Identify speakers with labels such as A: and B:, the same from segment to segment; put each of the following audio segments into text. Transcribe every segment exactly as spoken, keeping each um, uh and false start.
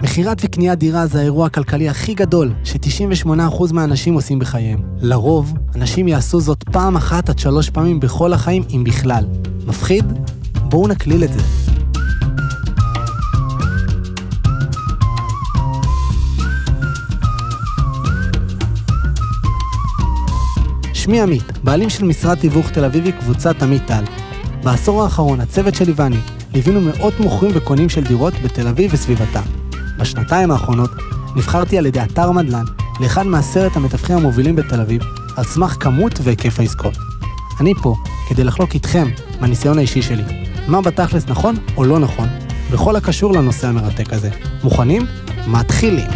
A: מחירת וקניית דירה זה האירוע הכלכלי הכי גדול ש-תשעים ושמונה אחוז מהאנשים עושים בחייהם. לרוב, אנשים יעשו זאת פעם אחת עד שלוש פעמים בכל החיים, אם בכלל. מפחיד? בואו נקליל את זה. שמי עמית, בעלים של משרד תיווך תל אביבי קבוצת עמית טל. בעשור האחרון, הצוות שלי ואני ליווינו מאות מוכרים וקונים של דירות בתל אביב וסביבתה. בשנתיים האחרונות נבחרתי על ידי אתר מדלן לאחד מעשרת המתווכים המובילים בתל אביב, על סמך כמות והיקף העסקות. אני פה כדי לחלוק איתכם מהניסיון האישי שלי, מה בתכלס נכון או לא נכון, בכל הקשור לנושא המרתק הזה. מוכנים? מתחילים!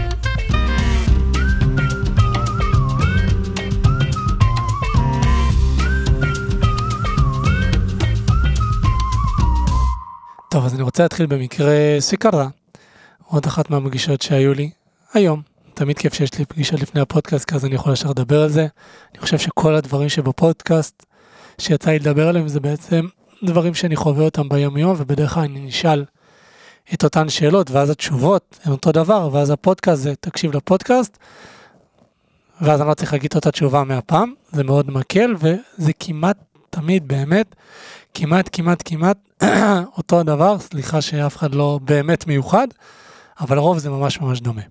A: טוב, אז אני רוצה להתחיל במקרה שקרה. עוד אחת מהפגישות שהיו לי היום. תמיד כיף שיש לי פגישות לפני הפודקאסט, אז אני יכול ישר לדבר על זה. אני חושב שכל הדברים שבפודקאסט שיצא לי לדבר עליהם, זה בעצם דברים שאני חווה אותם ביום יום, ובדרך כלל אני נשאל את אותן שאלות, ואז התשובות הן אותו דבר, ואז הפודקאסט זה תקשיב לפודקאסט, ואז אני לא צריך להגיד אותה תשובה מהפעם, זה מאוד מקל, וזה כמעט תמיד באמת, כמעט כמעט כמעט אותו הדבר, סליחה שאף אחד לא באמת מיוחד, אבל הרוב זה ממש ממש דומה.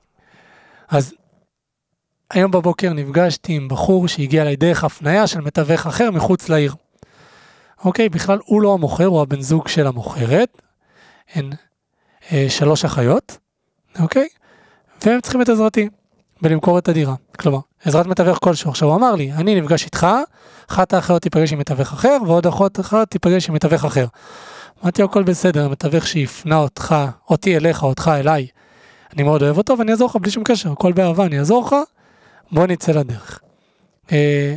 A: אז היום בבוקר נפגשתי עם בחור שהגיע אליי דרך הפניה של מתווך אחר מחוץ לעיר. אוקיי, בכלל הוא לא המוכר, הוא הבן זוג של המוכרת, הן אה, שלוש אחיות, אוקיי, והם צריכים את עזרתי בלמכור את הדירה. כלומר, עזרת מתווך כלשהו. עכשיו הוא אמר לי, אני נפגש איתך, אחת האחיות תיפגש עם מתווך אחר, ועוד אחות אחת תיפגש עם מתווך אחר. אמרתי לו, הכל בסדר, המתווך שיפנה אותך, אותי אליך, אותך אליי, אני מאוד אוהב אותו, ואני אעזור לך בלי שום קשר, הכל באהבה, אני אעזור לך, בוא נצא לדרך. אה,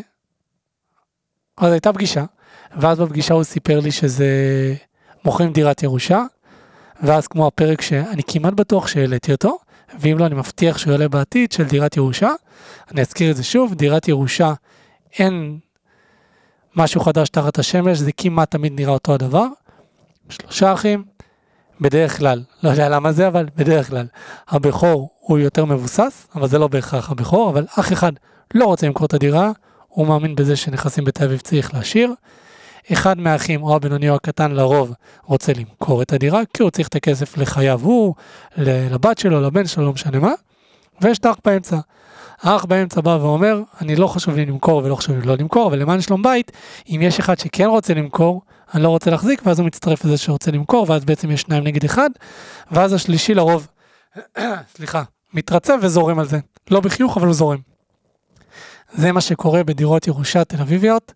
A: אז הייתה פגישה, ואז בפגישה הוא סיפר לי שזה מוכרים דירת ירושה, ואז כמו הפרק שאני כמעט בטוח שהעליתי אותו, ואם לא אני מבטיח שהוא יעלה בעתיד של דירת ירושה, אני אזכיר את זה שוב, דירת ירושה אין משהו חדש תחת השמש, זה כמעט תמיד נראה אותו הדבר, שלושה אחים, בדרך כלל, לא יודע למה זה, אבל בדרך כלל, הבכור הוא יותר מבוסס, אבל זה לא בהכרח הבכור, אבל אח אחד לא רוצה למכור את הדירה, הוא מאמין בזה שנכסים בתל אביב צריך להשאיר, אחד מהאחים, או הבינוני או הקטן לרוב, רוצה למכור את הדירה, כי הוא צריך את הכסף לחייו הוא, לבת שלו, לבן שלו, לא משנה מה, ויש את האח באמצע. האח באמצע בא ואומר, אני לא חשוב לי למכור ולא חשוב לי לא למכור, אבל למען שלום בית, אם יש אחד שכן רוצה למכור, אני לא רוצה להחזיק, ואז הוא מצטרף לזה שרוצה למכור, ואז בעצם יש שניים נגד אחד, ואז השלישי לרוב, סליחה, מתרצה וזורם על זה. לא בחיוך, אבל הוא זורם. זה מה שקורה בדירות ירושה תל אביביות,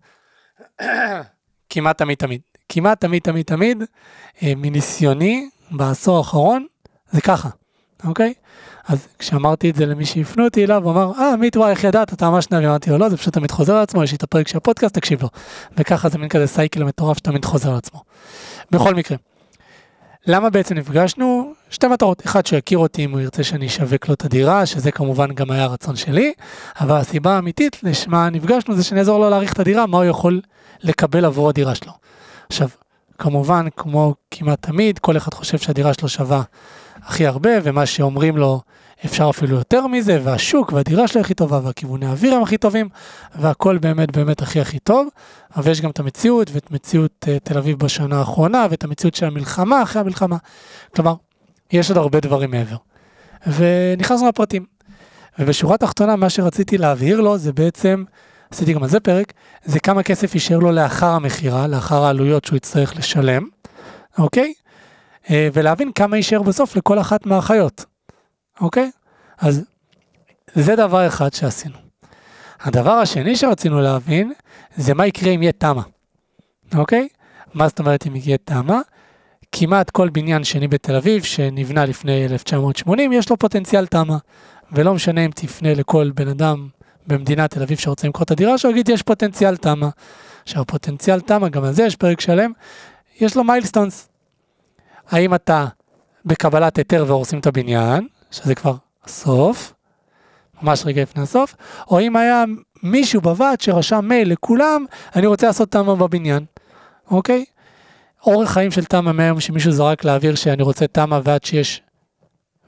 A: כמעט תמיד תמיד. כמעט תמיד תמיד תמיד, מניסיוני, בעשור האחרון, זה ככה, אוקיי? אז כשאמרתי את זה למי שיפנו אותי אליו, הוא אמר, אה, עמית, וואי, איך ידעת, אתה ממש נביא, אמרתי לו, לא, זה פשוט תמיד חוזר על עצמו, יש לי את הפרק של הפודקאסט, תקשיב לו. וככה זה מין כזה סייקל מטורף שתמיד חוזר על עצמו. בכל מקרה, למה בעצם נפגשנו? שתי מטרות. אחד, שיכיר אותי אם הוא ירצה שאני אשווק לו את הדירה, שזה כמובן גם היה הרצון שלי, אבל הסיבה האמיתית לשמה נפגשנו זה שנעזור לו להעריך את הדירה, מה הוא יכול לקבל עבור הדירה שלו. עכשיו, כמובן, כמו כמעט תמיד, כל אחד חושב שהדירה שלו שווה הכי הרבה, ומה שאומרים לו אפשר אפילו יותר מזה, והשוק והדירה שלו הכי טובה, והכיווני האוויר הם הכי טובים, והכל באמת באמת הכי הכי טוב, אבל יש גם את המציאות, ואת מציאות uh, תל אביב בשנה האחרונה, ואת המציאות של המלחמה אחרי המלחמה, כלומר, יש עוד הרבה דברים מעבר. ונכנסנו לפרטים, ובשורה התחתונה, מה שרציתי להבהיר לו, זה בעצם, עשיתי גם על זה פרק, זה כמה כסף יישאר לו לאחר המחירה, לאחר העלויות שהוא יצטרך לשלם, אוקיי? ולהבין כמה יישאר בסוף לכל אחת מהאחיות. אוקיי? אז זה דבר אחד שעשינו. הדבר השני שרצינו להבין, זה מה יקרה אם יהיה תמה. אוקיי? מה זאת אומרת אם יהיה תמה? כמעט כל בניין שני בתל אביב, שנבנה לפני אלף תשע מאות שמונים, יש לו פוטנציאל תמה. ולא משנה אם תפנה לכל בן אדם במדינת תל אביב שרוצה למכור את הדירה, שהוא יגיד יש פוטנציאל תמה. שהפוטנציאל תמה, גם על זה יש פרק שלם, יש לו מיילסטונס. האם אתה בקבלת היתר והורסים את הבניין, שזה כבר הסוף, ממש רגע לפני הסוף, או אם היה מישהו בוועד שרשם מייל לכולם, אני רוצה לעשות תמה בבניין, אוקיי? אורך חיים של תמה מהיום שמישהו זרק להעביר שאני רוצה תמה ועד שיש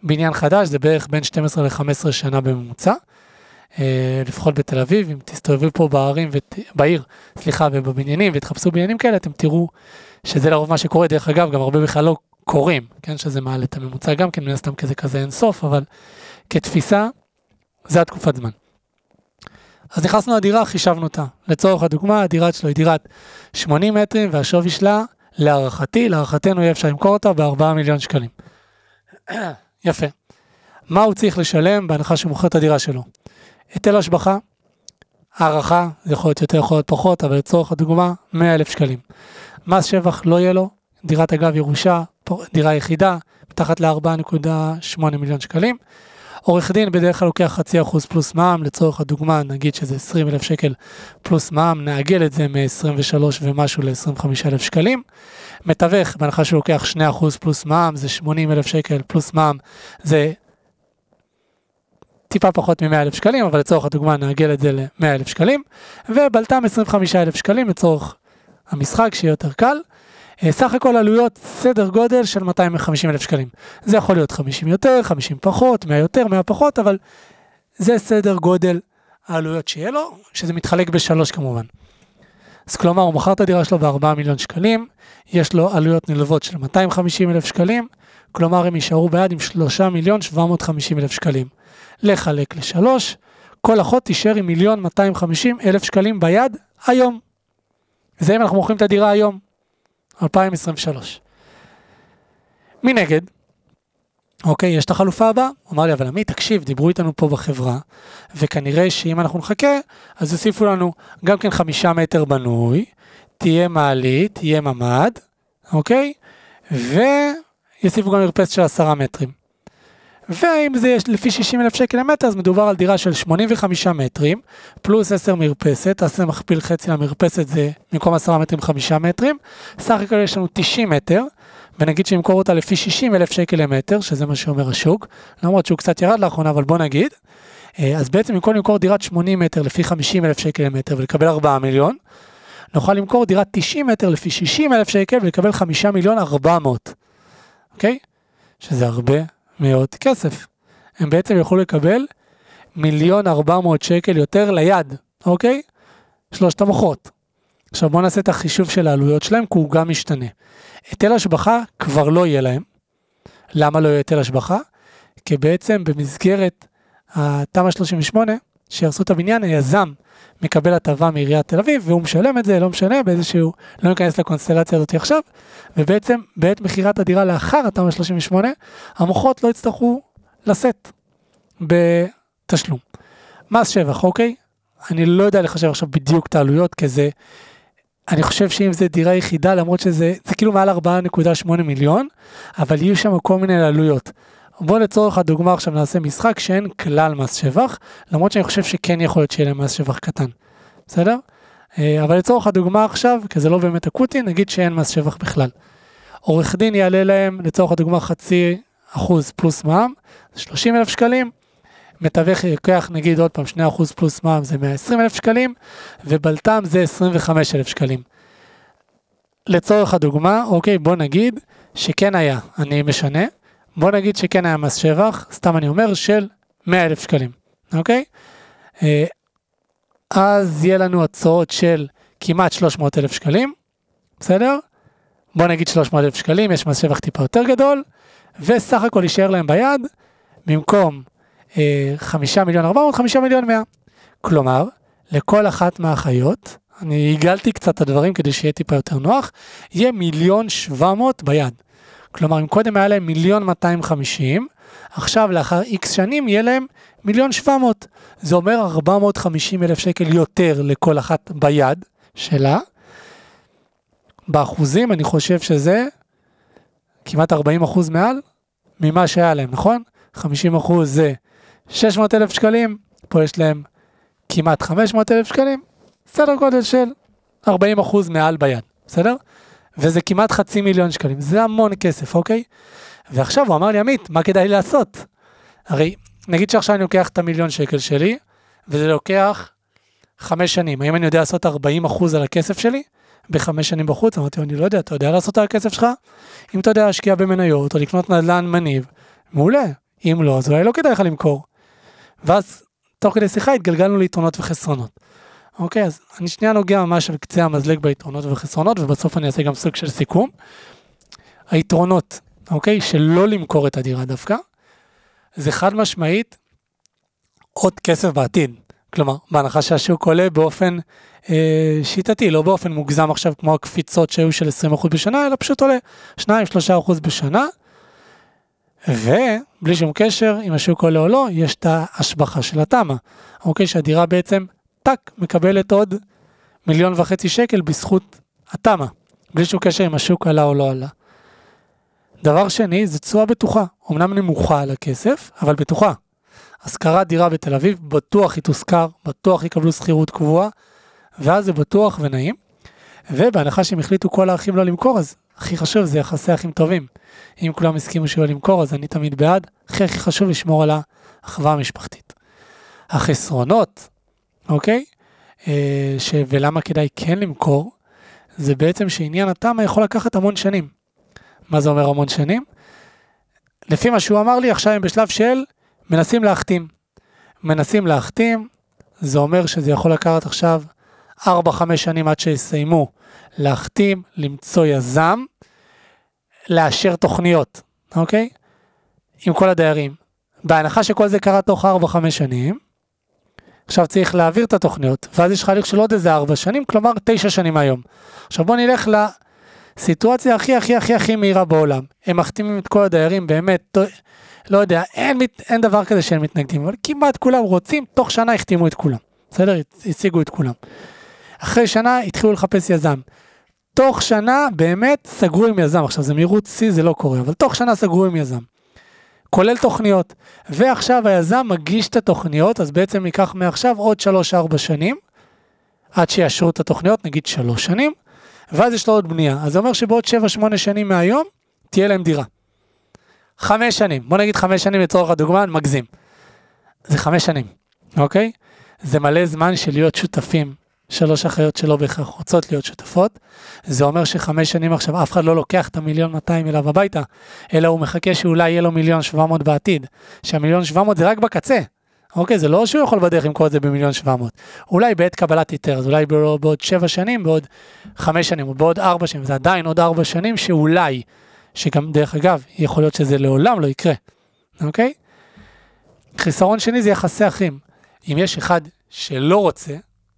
A: בניין חדש זה בערך בין שתים עשרה ל-חמש עשרה שנה בממוצע, לפחות בתל אביב. אם תסתובבו פה בערים, בעיר, סליחה, ובבניינים, ותחפשו בניינים כאלה, אתם תראו שזה לרוב מה שקורה. דרך אגב, גם הרבה בכלל לא קוראים, כן, שזה מעלה את הממוצע גם כן, מן הסתם כזה כזה אין סוף, אבל כתפיסה, זה התקופת זמן. אז נכנסנו לדירה, חישבנו אותה. לצורך הדוגמה, הדירה שלו היא דירת שמונים מטרים, והשווי שלה, להערכתי, להערכתנו יהיה אפשר למכור אותה ב-ארבעה מיליון שקלים. יפה. מה הוא צריך לשלם בהנחה שמוכר את הדירה שלו? היטל השבחה, הערכה, זה יכול להיות יותר, יכול להיות פחות, אבל לצורך הדוגמה, מאה אלף שקלים. מס שבח לא יהיה לו, דירת אגב ירושה, דירה יחידה, מתחת ל-ארבע נקודה שמונה מיליון שקלים. עורך דין בדרך כלל לוקח חצי אחוז פלוס מע"מ, לצורך הדוגמה, נגיד שזה עשרים אלף שקל פלוס מע"מ, נעגל את זה מ-עשרים ושלוש ומשהו ל-עשרים וחמישה אלף שקלים. מתווך, בהנחה שהוא לוקח שני אחוז פלוס מע"מ, זה שמונים אלף שקל פלוס מע"מ, זה טיפה פחות מ-מאה אלף שקלים, אבל לצורך הדוגמה נעגל את זה ל-מאה אלף שקלים, ובלתם עשרים וחמישה אלף שקלים לצורך המשחק, שיהיה יותר קל. סך הכל עלויות סדר גודל של מאתיים וחמישים אלף שקלים. זה יכול להיות חמישים יותר, חמישים פחות, מאה יותר, מאה פחות, אבל זה סדר גודל העלויות שיהיה לו, שזה מתחלק בשלוש כמובן. אז כלומר, הוא מכר את הדירה שלו ב-ארבעה מיליון שקלים, יש לו עלויות נלוות של מאתיים וחמישים אלף שקלים, כלומר הם יישארו ביד עם שלושה מיליון שבע מאות וחמישים אלף שקלים. לחלק לשלוש, כל אחות תישאר עם מיליון מאתיים וחמישים אלף שקלים ביד היום. זה אם אנחנו מוכרים את הדירה היום. אלפיים עשרים ושלוש. מנגד, אוקיי, יש את החלופה הבאה, הוא אמר לי, אבל עמי, תקשיב, דיברו איתנו פה בחברה, וכנראה שאם אנחנו נחכה, אז יוסיפו לנו גם כן חמישה מטר בנוי, תהיה מעלית, תהיה ממד, אוקיי, ויוסיפו גם מרפסת של עשרה מטרים. ואם זה יש לפי שישים אלף שקל למטר, אז מדובר על דירה של שמונים וחמישה מטרים, פלוס עשר מרפסת, עשר מכפיל חצי למרפסת זה במקום עשרה מטרים חמישה מטרים, סך הכל יש לנו תשעים מטר, ונגיד שימכור אותה לפי שישים אלף שקל למטר, שזה מה שאומר השוק, למרות שהוא קצת ירד לאחרונה, אבל בוא נגיד, אז בעצם במקום למכור דירת שמונים מטר לפי חמישים אלף שקל למטר ולקבל ארבעה מיליון, נוכל למכור דירת תשעים מטר לפי שישים אלף שקל ולקבל חמישה מיליון ארבע מאות, אוקיי? שזה הרבה מאוד כסף. הם בעצם יכולו לקבל מיליון ארבע מאות שקל יותר ליד, אוקיי? שלושת המוחות. עכשיו בואו נעשה את החישוב של העלויות שלהם, כי הוא גם משתנה. היטל השבחה כבר לא יהיה להם. למה לא יהיה היטל השבחה? כי בעצם במסגרת התמ"א שלושים ושמונה, שירסו את הבניין, היזם מקבל הטבה מעיריית תל אביב, והוא משלם את זה, לא משנה, באיזשהו, לא ניכנס לקונסטלציה הזאת עכשיו, ובעצם בעת מחירת הדירה לאחר התמ"א שלושים ושמונה, המוחות לא יצטרכו לשאת בתשלום. מס שבח, אוקיי? אני לא יודע לחשב עכשיו בדיוק את העלויות, כי זה, אני חושב שאם זה דירה יחידה, למרות שזה, זה כאילו מעל ארבע נקודה שמונה מיליון, אבל יהיו שם כל מיני עלויות. בוא לצורך הדוגמה עכשיו נעשה משחק שאין כלל מס שבח, למרות שאני חושב שכן יכול להיות שיהיה להם מס שבח קטן. בסדר? אבל לצורך הדוגמה עכשיו, כי זה לא באמת אקוטי, נגיד שאין מס שבח בכלל. עורך דין יעלה להם לצורך הדוגמה חצי אחוז פלוס מע"מ, זה שלושים אלף שקלים, מתווך יקח נגיד עוד פעם שני אחוז פלוס מע"מ זה מאה ועשרים אלף שקלים, ובלתם זה עשרים וחמישה אלף שקלים. לצורך הדוגמה, אוקיי, בוא נגיד שכן היה, אני משנה, בוא נגיד שכן היה מס שבח, סתם אני אומר, של מאה אלף שקלים, אוקיי? אז יהיה לנו הצעות של כמעט שלוש מאות אלף שקלים, בסדר? בוא נגיד שלוש מאות אלף שקלים, יש מס שבח טיפה יותר גדול, וסך הכל יישאר להם ביד, במקום אה, חמישה מיליון ארבע מאות, חמישה מיליון מאה. כלומר, לכל אחת מהאחיות, אני הגלתי קצת את הדברים כדי שיהיה טיפה יותר נוח, יהיה מיליון שבע מאות ביד. כלומר, אם קודם היה להם מיליון מאתיים וחמישים, עכשיו לאחר איקס שנים יהיה להם מיליון שבע מאות. זה אומר ארבע מאות וחמישים אלף שקל יותר לכל אחת ביד שלה. באחוזים אני חושב שזה כמעט ארבעים אחוז מעל ממה שהיה להם, נכון? חמישים אחוז זה שש מאות אלף שקלים, פה יש להם כמעט חמש מאות אלף שקלים, סדר גודל של ארבעים אחוז מעל ביד, בסדר? וזה כמעט חצי מיליון שקלים, זה המון כסף, אוקיי? ועכשיו הוא אמר לי, עמית, מה כדאי לעשות? הרי, נגיד שעכשיו אני לוקח את המיליון שקל שלי, וזה לוקח חמש שנים, האם אני יודע לעשות ארבעים אחוז על הכסף שלי? בחמש שנים בחוץ, אמרתי, אני לא יודע, אתה יודע לעשות על הכסף שלך? אם אתה יודע להשקיע במניות, או לקנות נדל"ן מניב, מעולה. אם לא, אז אולי לא כדאי לך למכור. ואז, תוך כדי שיחה, התגלגלנו ליתרונות וחסרונות. אוקיי, אז אני שנייה נוגע ממש על קצה המזלג ביתרונות וחסרונות, ובסוף אני אעשה גם סוג של סיכום. היתרונות, אוקיי, שלא למכור את הדירה דווקא, זה חד משמעית עוד כסף בעתיד. כלומר, בהנחה שהשוק עולה באופן אה, שיטתי, לא באופן מוגזם עכשיו כמו הקפיצות שהיו של עשרים אחוז בשנה, אלא פשוט עולה שניים שלושה אחוז בשנה, ובלי שום קשר, אם השוק עולה או לא, יש את ההשבחה של התמה. אוקיי, שהדירה בעצם, טק, מקבלת עוד מיליון וחצי שקל בזכות התמה. בלי שום קשר אם השוק עלה או לא עלה. דבר שני, זה תשואה בטוחה. אמנם נמוכה על הכסף, אבל בטוחה. השכרת דירה בתל אביב, בטוח היא תושכר, בטוח יקבלו שכירות קבועה, ואז זה בטוח ונעים. ובהנחה שהם החליטו כל האחים לא למכור, אז הכי חשוב זה יחסי אחים טובים. אם כולם הסכימו שלא למכור, אז אני תמיד בעד. הכי הכי חשוב לשמור על האחווה המשפחתית. החסרונות, אוקיי? אה, ש... ולמה כדאי כן למכור, זה בעצם שעניין התמה יכול לקחת המון שנים. מה זה אומר המון שנים? לפי מה שהוא אמר לי, עכשיו הם בשלב של מנסים להחתים. מנסים להחתים, זה אומר שזה יכול לקחת עכשיו ארבע חמש שנים עד שיסיימו להחתים, למצוא יזם, לאשר תוכניות, אוקיי? עם כל הדיירים. בהנחה שכל זה קרה תוך ארבע חמש שנים, עכשיו צריך להעביר את התוכניות, ואז יש חליך של עוד איזה ארבע שנים, כלומר תשע שנים היום. עכשיו בוא נלך לסיטואציה הכי הכי הכי הכי מהירה בעולם. הם מחתימים את כל הדיירים, באמת, לא יודע, אין, אין דבר כזה שהם מתנגדים, אבל כמעט כולם רוצים, תוך שנה החתימו את כולם. בסדר? השיגו את כולם. אחרי שנה התחילו לחפש יזם. תוך שנה באמת סגרו עם יזם. עכשיו זה מהירות C, זה לא קורה, אבל תוך שנה סגרו עם יזם. כולל תוכניות. ועכשיו היזם מגיש את התוכניות, אז בעצם ייקח מעכשיו עוד שלוש ארבע שנים, עד שיאשרו את התוכניות, נגיד שלוש שנים, ואז יש לו עוד בנייה. אז זה אומר שבעוד שבע שמונה שנים מהיום, תהיה להם דירה. חמש שנים. בוא נגיד חמש שנים לצורך הדוגמה, מגזים. זה חמש שנים, אוקיי? זה מלא זמן של להיות שותפים. שלוש אחיות שלא בהכרח רוצות להיות שותפות. זה אומר שחמש שנים עכשיו אף אחד לא לוקח את המיליון מאתיים אליו הביתה, אלא הוא מחכה שאולי יהיה לו מיליון שבע מאות בעתיד. שהמיליון שבע מאות זה רק בקצה. אוקיי, זה לא שהוא יכול בדרך למכור את זה במיליון שבע מאות. אולי בעת קבלת היתר, אז אולי בעוד שבע שנים, בעוד חמש שנים, או בעוד ארבע שנים, זה עדיין עוד ארבע שנים שאולי, שגם דרך אגב, יכול להיות שזה לעולם לא יקרה. אוקיי? חיסרון שני זה יחסי אחים. אם יש אחד שלא רוצה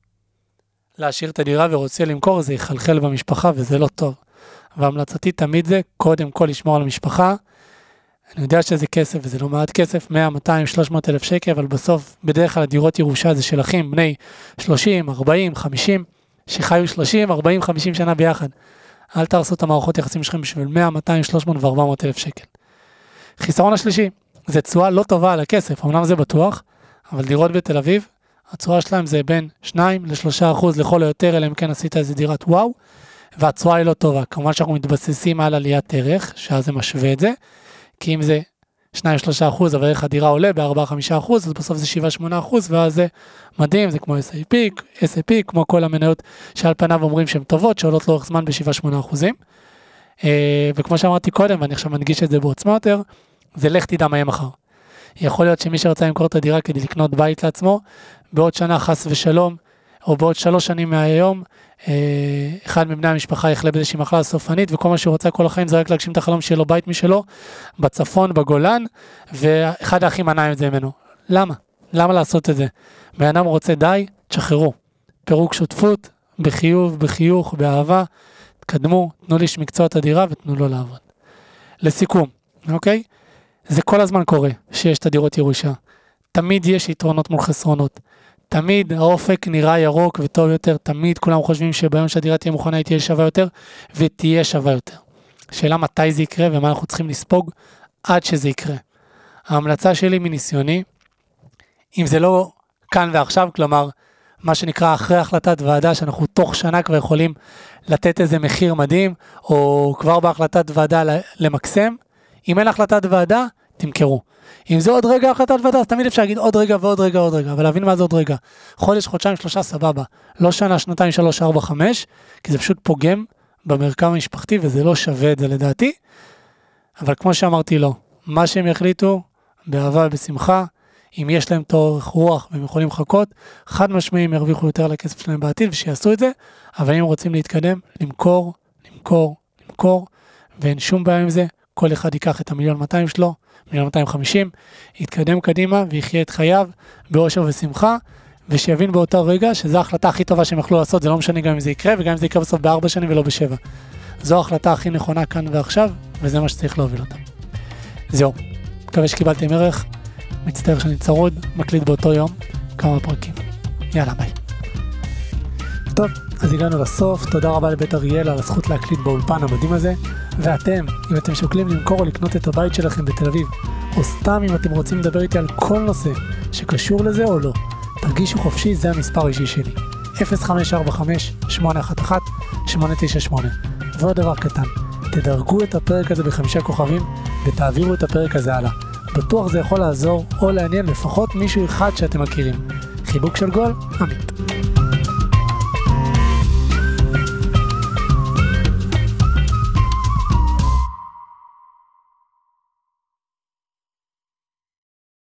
A: להשאיר את הדירה ורוצה למכור, זה יחלחל במשפחה וזה לא טוב. והמלצתי תמיד זה, קודם כל לשמור על המשפחה. אני יודע שזה כסף וזה לא מעט כסף, מאה, מאתיים, שלוש מאות אלף שקל, אבל בסוף בדרך כלל הדירות ירושה זה של אחים, בני שלושים, ארבעים, חמישים, שחיו שלושים, ארבעים, חמישים שנה ביחד. אל תרסו את המערכות יחסים שלכם בשביל מאה, מאתיים, שלוש מאות ו-ארבע מאות אלף שקל. חיסרון השלישי, זה תשואה לא טובה על הכסף, אמנם זה בטוח, אבל דירות בתל אביב, התשואה שלהם זה בין שניים לשלושה אחוז לכל היותר, אלא אם כן עשית איזה דירת וואו, והתשואה היא לא טובה. כמובן שאנחנו מתבססים על עליית ערך, שאז זה משווה את זה, כי אם זה שניים שלושה אחוז, אבל ערך הדירה עולה ב-ארבעה חמישה אחוז, אז בסוף זה שבעה שמונה אחוז, ואז זה מדהים, זה כמו אס איי פי, אס איי פי, כמו כל המניות שעל פניו אומרים שהן טובות, שעולות לאורך זמן ב-שבעה שמונה אחוזים. וכמו שאמרתי קודם, ואני עכשיו מנגיש את זה בעוצמה יותר, זה לך תדע מה יהיה מחר. יכול להיות שמי שרצה למכור את הדירה כדי לקנות בית לעצמו, בעוד שנה חס ושלום, או בעוד שלוש שנים מהיום, אחד מבני המשפחה יחלה באיזושהי מחלה סופנית, וכל מה שהוא רוצה כל החיים זה רק להגשים את החלום שלו, בית משלו, בצפון, בגולן, ואחד האחים מנע את זה ממנו. למה? למה לעשות את זה? בן-אדם רוצה די, תשחררו. פירוק שותפות, בחיוב, בחיוך, באהבה, תקדמו, תנו לי שמקצוע את הדירה ותנו לו לעבוד. לסיכום, אוקיי? זה כל הזמן קורה שיש את הדירות ירושה. תמיד יש יתרונות מול חסרונות. תמיד האופק נראה ירוק וטוב יותר, תמיד כולם חושבים שביום שהדירה תהיה מוכנה היא תהיה שווה יותר, ותהיה שווה יותר. שאלה מתי זה יקרה ומה אנחנו צריכים לספוג עד שזה יקרה. ההמלצה שלי מניסיוני, אם זה לא כאן ועכשיו, כלומר, מה שנקרא אחרי החלטת ועדה, שאנחנו תוך שנה כבר יכולים לתת איזה מחיר מדהים, או כבר בהחלטת ועדה למקסם, אם אין החלטת ועדה, תמכרו. אם זה עוד רגע החלטת ועדה, אז תמיד אפשר להגיד עוד רגע ועוד רגע ועוד רגע, אבל להבין מה זה עוד רגע. חודש, חודשיים, שלושה, סבבה. לא שנה, שנתיים, שלוש, ארבע, חמש, כי זה פשוט פוגם במרקם המשפחתי, וזה לא שווה את זה לדעתי. אבל כמו שאמרתי לו, מה שהם יחליטו, באהבה ובשמחה. אם יש להם את האורך רוח והם יכולים לחכות, חד משמעיים ירוויחו יותר לכסף שלהם בעתיד ושיעשו את זה, אבל אם רוצים להתקדם, למכור, למכור, למכור, ואין שום בעיה עם זה, כל אחד ייקח את המיליון מאתיים שלו, מיליון מאתיים וחמישים, יתקדם קדימה ויחיה את חייו באושר ושמחה, ושיבין באותו רגע שזו ההחלטה הכי טובה שהם יכלו לעשות, זה לא משנה גם אם זה יקרה, וגם אם זה יקרה בסוף בארבע שנים ולא בשבע. זו ההחלטה הכי נכונה כאן ועכשיו, וזה מה שצריך להוביל אותם. זהו, מקווה שקיבלתם ערך, מצטער שאני צרוד, מקליט באותו יום, כמה פרקים. יאללה, ביי. טוב, אז הגענו לסוף, תודה רבה לבית אריאל על הזכות להקליט באולפן המדהים הזה, ואתם, אם אתם שוקלים למכור או לקנות את הבית שלכם בתל אביב, או סתם אם אתם רוצים לדבר איתי על כל נושא שקשור לזה או לא, תרגישו חופשי, זה המספר האישי שלי, אפס חמש ארבע חמש שמונה אחת אחת שמונה תשע שמונה. ועוד דבר קטן, תדרגו את הפרק הזה בחמישה כוכבים, ותעבירו את הפרק הזה הלאה. בטוח זה יכול לעזור או לעניין לפחות מישהו אחד שאתם מכירים. חיבוק של גול, עמית.